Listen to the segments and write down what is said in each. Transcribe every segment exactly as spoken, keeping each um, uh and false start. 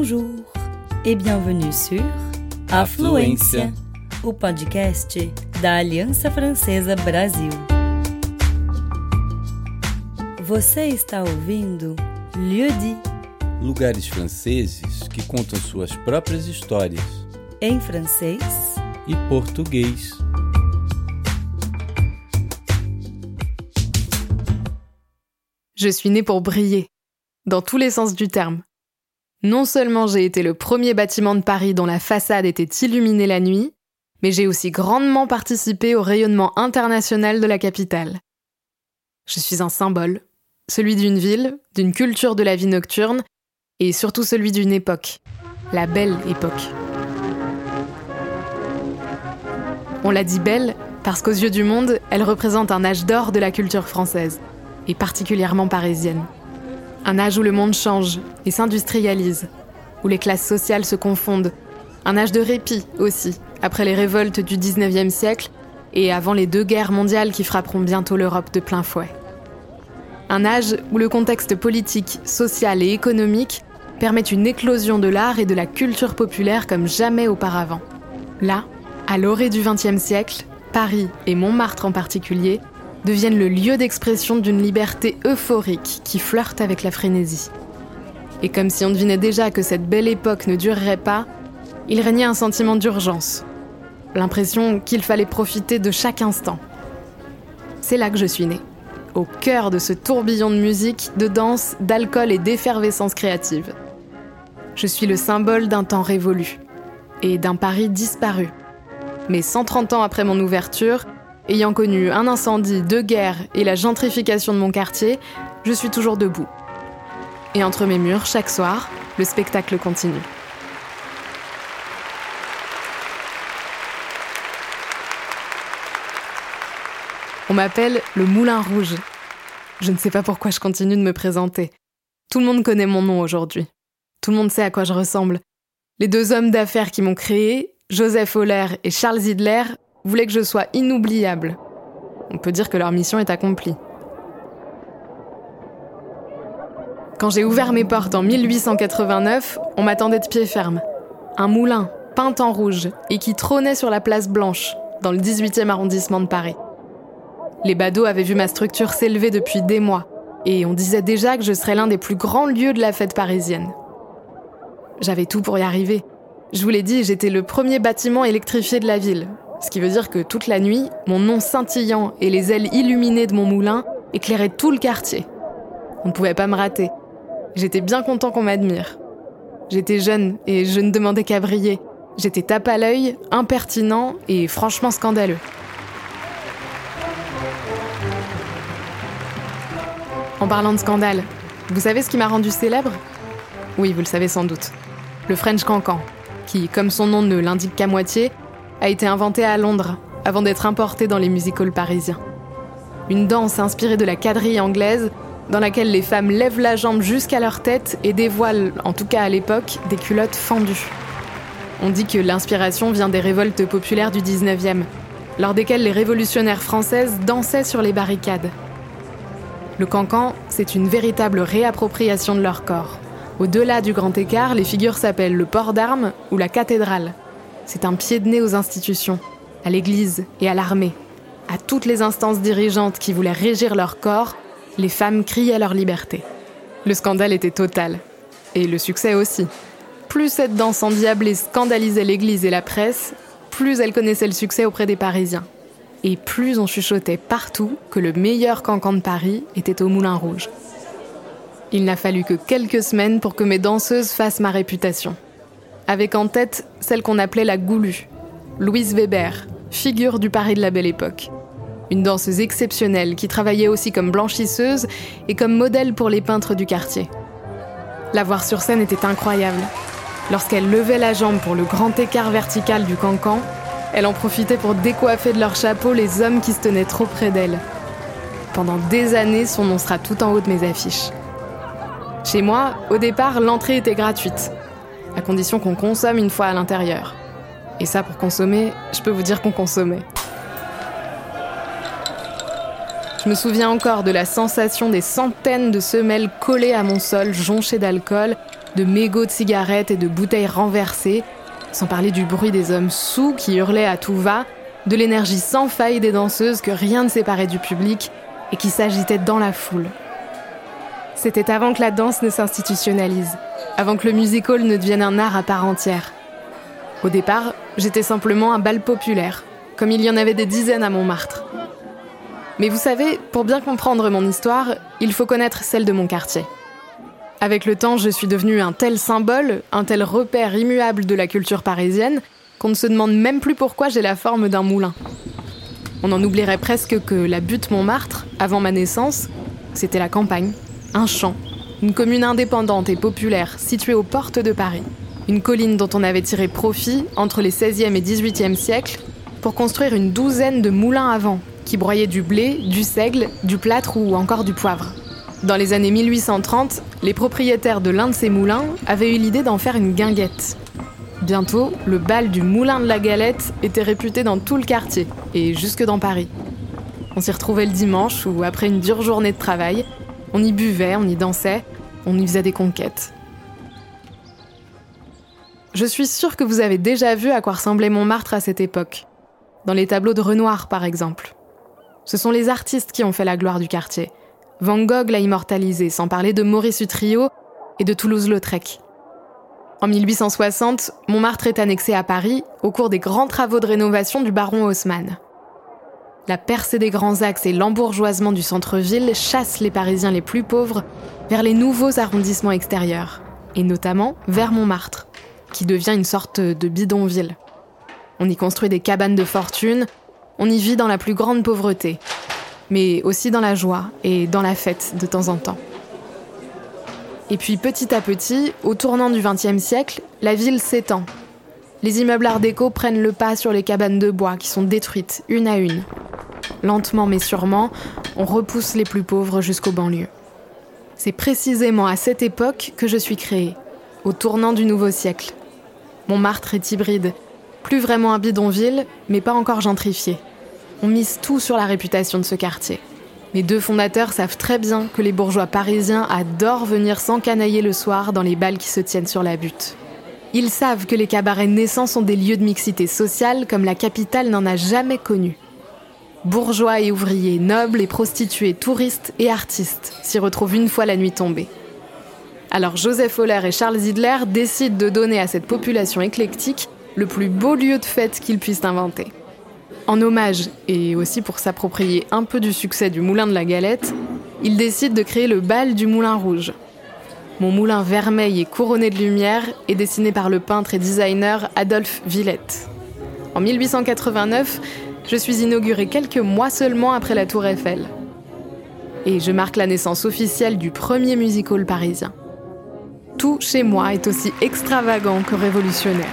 Bonjour e bienvenue sur Afluência, o podcast da Aliança Francesa Brasil. Você está ouvindo Lieu-dit, lugares franceses que contam suas próprias histórias em francês e português. Je suis née pour briller, dans tous les sens du terme. Non seulement j'ai été le premier bâtiment de Paris dont la façade était illuminée la nuit, mais j'ai aussi grandement participé au rayonnement international de la capitale. Je suis un symbole, celui d'une ville, d'une culture de la vie nocturne, et surtout celui d'une époque, la belle époque. On l'a dit belle parce qu'aux yeux du monde, elle représente un âge d'or de la culture française, et particulièrement parisienne. Un âge où le monde change et s'industrialise, où les classes sociales se confondent. Un âge de répit aussi, après les révoltes du dix-neuvième siècle et avant les deux guerres mondiales qui frapperont bientôt l'Europe de plein fouet. Un âge où le contexte politique, social et économique permet une éclosion de l'art et de la culture populaire comme jamais auparavant. Là, à l'orée du vingtième siècle, Paris et Montmartre en particulier deviennent le lieu d'expression d'une liberté euphorique qui flirte avec la frénésie. Et comme si on devinait déjà que cette belle époque ne durerait pas, il régnait un sentiment d'urgence, l'impression qu'il fallait profiter de chaque instant. C'est là que je suis née, au cœur de ce tourbillon de musique, de danse, d'alcool et d'effervescence créative. Je suis le symbole d'un temps révolu, et d'un Paris disparu. Mais cent trente ans après mon ouverture, ayant connu un incendie, deux guerres et la gentrification de mon quartier, je suis toujours debout. Et entre mes murs, chaque soir, le spectacle continue. On m'appelle le Moulin Rouge. Je ne sais pas pourquoi je continue de me présenter. Tout le monde connaît mon nom aujourd'hui. Tout le monde sait à quoi je ressemble. Les deux hommes d'affaires qui m'ont créé, Joseph Euler et Charles Zidler, voulaient que je sois inoubliable. On peut dire que leur mission est accomplie. Quand j'ai ouvert mes portes en mille huit cent quatre-vingt-neuf, on m'attendait de pied ferme. Un moulin, peint en rouge, et qui trônait sur la place Blanche, dans le dix-huitième arrondissement de Paris. Les badauds avaient vu ma structure s'élever depuis des mois, et on disait déjà que je serais l'un des plus grands lieux de la fête parisienne. J'avais tout pour y arriver. Je vous l'ai dit, j'étais le premier bâtiment électrifié de la ville. Ce qui veut dire que toute la nuit, mon nom scintillant et les ailes illuminées de mon moulin éclairaient tout le quartier. On ne pouvait pas me rater. J'étais bien content qu'on m'admire. J'étais jeune et je ne demandais qu'à briller. J'étais tape à l'œil, impertinent et franchement scandaleux. En parlant de scandale, vous savez ce qui m'a rendu célèbre ? Oui, vous le savez sans doute. Le French Cancan, qui, comme son nom ne l'indique qu'à moitié, a été inventé à Londres, avant d'être importé dans les music-halls parisiens. Une danse inspirée de la quadrille anglaise, dans laquelle les femmes lèvent la jambe jusqu'à leur tête et dévoilent, en tout cas à l'époque, des culottes fendues. On dit que l'inspiration vient des révoltes populaires du dix-neuvième, lors desquelles les révolutionnaires françaises dansaient sur les barricades. Le cancan, c'est une véritable réappropriation de leur corps. Au-delà du grand écart, les figures s'appellent le port d'armes ou la cathédrale. C'est un pied de nez aux institutions, à l'église et à l'armée. À toutes les instances dirigeantes qui voulaient régir leur corps, les femmes criaient leur liberté. Le scandale était total. Et le succès aussi. Plus cette danse endiablée scandalisait l'église et la presse, plus elle connaissait le succès auprès des Parisiens. Et plus on chuchotait partout que le meilleur cancan de Paris était au Moulin Rouge. Il n'a fallu que quelques semaines pour que mes danseuses fassent ma réputation. Avec en tête celle qu'on appelait la Goulue, Louise Weber, figure du Paris de la Belle Époque. Une danseuse exceptionnelle qui travaillait aussi comme blanchisseuse et comme modèle pour les peintres du quartier. La voir sur scène était incroyable. Lorsqu'elle levait la jambe pour le grand écart vertical du cancan, elle en profitait pour décoiffer de leur chapeau les hommes qui se tenaient trop près d'elle. Pendant des années, son nom sera tout en haut de mes affiches. Chez moi, au départ, l'entrée était gratuite, à condition qu'on consomme une fois à l'intérieur. Et ça, pour consommer, je peux vous dire qu'on consommait. Je me souviens encore de la sensation des centaines de semelles collées à mon sol, jonchées d'alcool, de mégots de cigarettes et de bouteilles renversées, sans parler du bruit des hommes saouls qui hurlaient à tout va, de l'énergie sans faille des danseuses que rien ne séparait du public et qui s'agitaient dans la foule. C'était avant que la danse ne s'institutionnalise, avant que le music-hall ne devienne un art à part entière. Au départ, j'étais simplement un bal populaire, comme il y en avait des dizaines à Montmartre. Mais vous savez, pour bien comprendre mon histoire, il faut connaître celle de mon quartier. Avec le temps, je suis devenue un tel symbole, un tel repère immuable de la culture parisienne, qu'on ne se demande même plus pourquoi j'ai la forme d'un moulin. On en oublierait presque que la butte Montmartre, avant ma naissance, c'était la campagne, un champ, une commune indépendante et populaire située aux portes de Paris. Une colline dont on avait tiré profit entre les seizième et dix-huitième siècles pour construire une douzaine de moulins à vent qui broyaient du blé, du seigle, du plâtre ou encore du poivre. Dans les années mille huit cent trente, les propriétaires de l'un de ces moulins avaient eu l'idée d'en faire une guinguette. Bientôt, le bal du Moulin de la Galette était réputé dans tout le quartier, et jusque dans Paris. On s'y retrouvait le dimanche où, après une dure journée de travail, on y buvait, on y dansait, on y faisait des conquêtes. Je suis sûre que vous avez déjà vu à quoi ressemblait Montmartre à cette époque. Dans les tableaux de Renoir, par exemple. Ce sont les artistes qui ont fait la gloire du quartier. Van Gogh l'a immortalisé, sans parler de Maurice Utrillo et de Toulouse-Lautrec. En mille huit cent soixante, Montmartre est annexé à Paris au cours des grands travaux de rénovation du baron Haussmann. La percée des grands axes et l'embourgeoisement du centre-ville chassent les Parisiens les plus pauvres vers les nouveaux arrondissements extérieurs, et notamment vers Montmartre, qui devient une sorte de bidonville. On y construit des cabanes de fortune, on y vit dans la plus grande pauvreté, mais aussi dans la joie et dans la fête de temps en temps. Et puis petit à petit, au tournant du vingtième siècle, la ville s'étend. Les immeubles art déco prennent le pas sur les cabanes de bois qui sont détruites une à une. Lentement mais sûrement, on repousse les plus pauvres jusqu'aux banlieues. C'est précisément à cette époque que je suis créée, au tournant du nouveau siècle. Montmartre est hybride, plus vraiment un bidonville, mais pas encore gentrifié. On mise tout sur la réputation de ce quartier. Les deux fondateurs savent très bien que les bourgeois parisiens adorent venir s'encanailler le soir dans les bals qui se tiennent sur la butte. Ils savent que les cabarets naissants sont des lieux de mixité sociale comme la capitale n'en a jamais connu. Bourgeois et ouvriers, nobles et prostituées, touristes et artistes s'y retrouvent une fois la nuit tombée. Alors Joseph Holler et Charles Zidler décident de donner à cette population éclectique le plus beau lieu de fête qu'ils puissent inventer. En hommage, et aussi pour s'approprier un peu du succès du Moulin de la Galette, ils décident de créer le bal du Moulin Rouge. Mon moulin vermeil et couronné de lumière est dessiné par le peintre et designer Adolphe Villette. En mille huit cent quatre-vingt-neuf, je suis inaugurée quelques mois seulement après la Tour Eiffel. Et je marque la naissance officielle du premier music-hall parisien. Tout chez moi est aussi extravagant que révolutionnaire.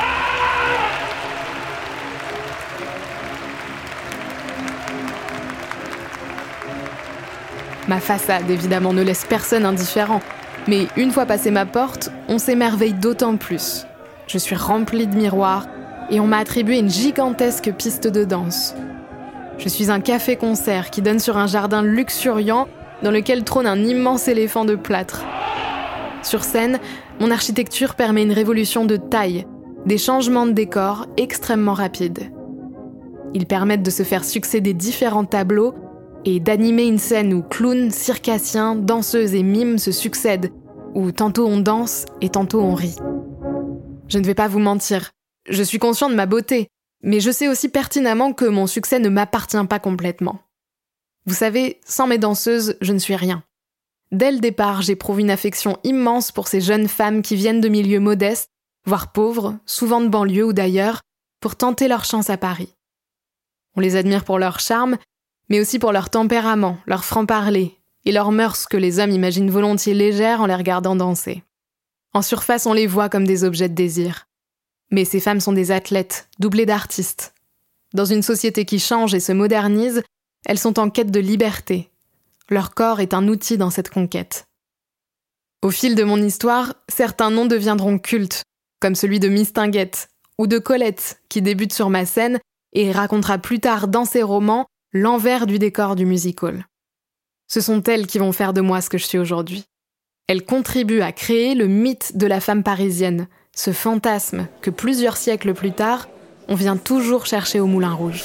Ma façade, évidemment, ne laisse personne indifférent. Mais une fois passé ma porte, on s'émerveille d'autant plus. Je suis remplie de miroirs et on m'a attribué une gigantesque piste de danse. Je suis un café-concert qui donne sur un jardin luxuriant dans lequel trône un immense éléphant de plâtre. Sur scène, mon architecture permet une révolution de taille, des changements de décor extrêmement rapides. Ils permettent de se faire succéder différents tableaux et d'animer une scène où clowns, circassiens, danseuses et mimes se succèdent, où tantôt on danse et tantôt on rit. Je ne vais pas vous mentir, je suis conscient de ma beauté, mais je sais aussi pertinemment que mon succès ne m'appartient pas complètement. Vous savez, sans mes danseuses, je ne suis rien. Dès le départ, j'éprouve une affection immense pour ces jeunes femmes qui viennent de milieux modestes, voire pauvres, souvent de banlieue ou d'ailleurs, pour tenter leur chance à Paris. On les admire pour leur charme, mais aussi pour leur tempérament, leur franc-parler et leurs mœurs que les hommes imaginent volontiers légères en les regardant danser. En surface, on les voit comme des objets de désir. Mais ces femmes sont des athlètes, doublées d'artistes. Dans une société qui change et se modernise, elles sont en quête de liberté. Leur corps est un outil dans cette conquête. Au fil de mon histoire, certains noms deviendront cultes, comme celui de Mistinguett ou de Colette, qui débute sur ma scène et racontera plus tard dans ses romans l'envers du décor du music-hall. Ce sont elles qui vont faire de moi ce que je suis aujourd'hui. Elle contribue à créer le mythe de la femme parisienne, ce fantasme que plusieurs siècles plus tard, on vient toujours chercher au Moulin Rouge.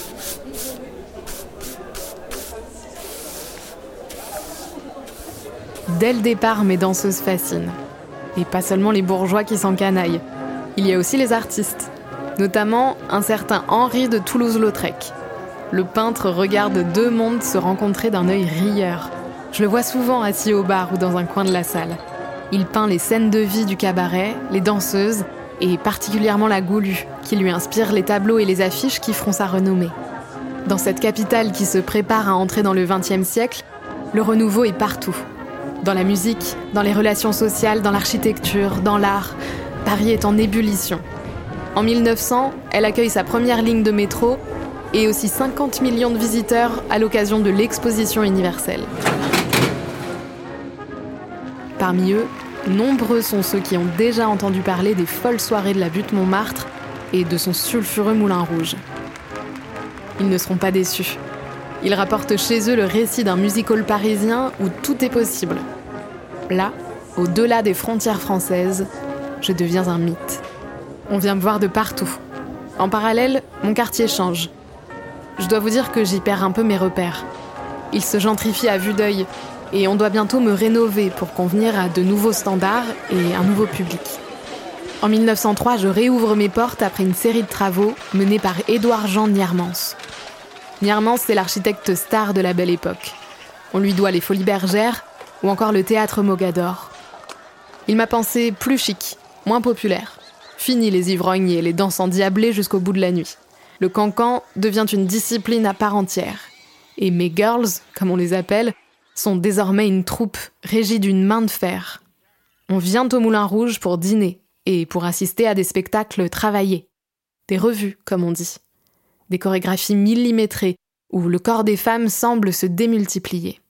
Dès le départ, mes danseuses fascinent. Et pas seulement les bourgeois qui s'encanaillent. Il y a aussi les artistes. Notamment un certain Henri de Toulouse-Lautrec. Le peintre regarde deux mondes se rencontrer d'un œil rieur. Je le vois souvent assis au bar ou dans un coin de la salle. Il peint les scènes de vie du cabaret, les danseuses, et particulièrement la Goulue, qui lui inspire les tableaux et les affiches qui feront sa renommée. Dans cette capitale qui se prépare à entrer dans le vingtième siècle, le renouveau est partout. Dans la musique, dans les relations sociales, dans l'architecture, dans l'art, Paris est en ébullition. En mille neuf cents, elle accueille sa première ligne de métro et aussi cinquante millions de visiteurs à l'occasion de l'exposition universelle. Parmi eux, nombreux sont ceux qui ont déjà entendu parler des folles soirées de la butte Montmartre et de son sulfureux Moulin Rouge. Ils ne seront pas déçus. Ils rapportent chez eux le récit d'un music-hall parisien où tout est possible. Là, au-delà des frontières françaises, je deviens un mythe. On vient me voir de partout. En parallèle, mon quartier change. Je dois vous dire que j'y perds un peu mes repères. Il se gentrifie à vue d'œil et on doit bientôt me rénover pour convenir à de nouveaux standards et un nouveau public. En mille neuf cent trois, je réouvre mes portes après une série de travaux menés par Édouard-Jean Niermans. Niermans, c'est l'architecte star de la Belle Époque. On lui doit les Folies Bergères ou encore le théâtre Mogador. Il m'a pensé plus chic, moins populaire. Fini les ivrognes et les danses endiablées jusqu'au bout de la nuit. Le cancan devient une discipline à part entière. Et mes girls, comme on les appelle, sont désormais une troupe régie d'une main de fer. On vient au Moulin Rouge pour dîner et pour assister à des spectacles travaillés. Des revues, comme on dit. Des chorégraphies millimétrées où le corps des femmes semble se démultiplier.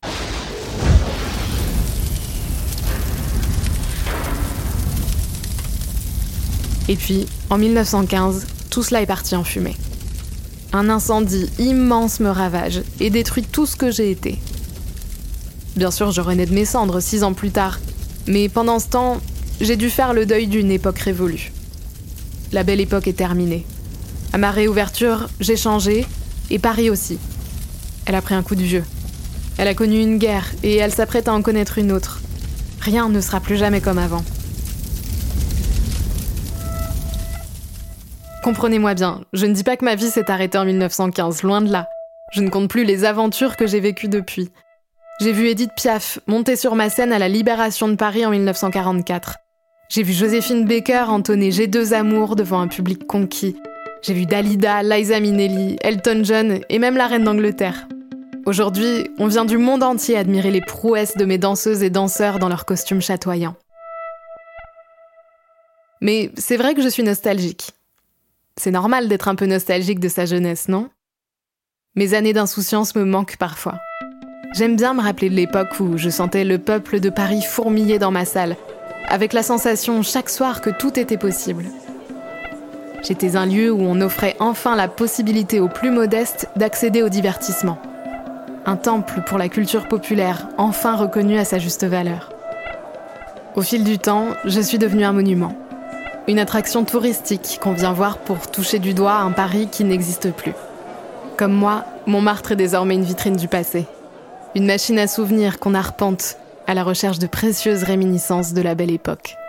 Et puis, en mille neuf cent quinze, tout cela est parti en fumée. Un incendie immense me ravage et détruit tout ce que j'ai été. Bien sûr, je renais de mes cendres six ans plus tard, mais pendant ce temps, j'ai dû faire le deuil d'une époque révolue. La Belle Époque est terminée. À ma réouverture, j'ai changé, et Paris aussi. Elle a pris un coup de vieux. Elle a connu une guerre, et elle s'apprête à en connaître une autre. Rien ne sera plus jamais comme avant. Comprenez-moi bien, je ne dis pas que ma vie s'est arrêtée en mille neuf cent quinze, loin de là. Je ne compte plus les aventures que j'ai vécues depuis. J'ai vu Édith Piaf monter sur ma scène à la Libération de Paris en mille neuf cent quarante-quatre. J'ai vu Joséphine Baker entonner « J'ai deux amours » devant un public conquis. J'ai vu Dalida, Liza Minnelli, Elton John et même la reine d'Angleterre. Aujourd'hui, on vient du monde entier admirer les prouesses de mes danseuses et danseurs dans leurs costumes chatoyants. Mais c'est vrai que je suis nostalgique. C'est normal d'être un peu nostalgique de sa jeunesse, non ? Mes années d'insouciance me manquent parfois. J'aime bien me rappeler de l'époque où je sentais le peuple de Paris fourmiller dans ma salle, avec la sensation chaque soir que tout était possible. J'étais un lieu où on offrait enfin la possibilité aux plus modestes d'accéder au divertissement. Un temple pour la culture populaire, enfin reconnu à sa juste valeur. Au fil du temps, je suis devenue un monument. Une attraction touristique qu'on vient voir pour toucher du doigt un Paris qui n'existe plus. Comme moi, Montmartre est désormais une vitrine du passé. Une machine à souvenirs qu'on arpente à la recherche de précieuses réminiscences de la Belle Époque.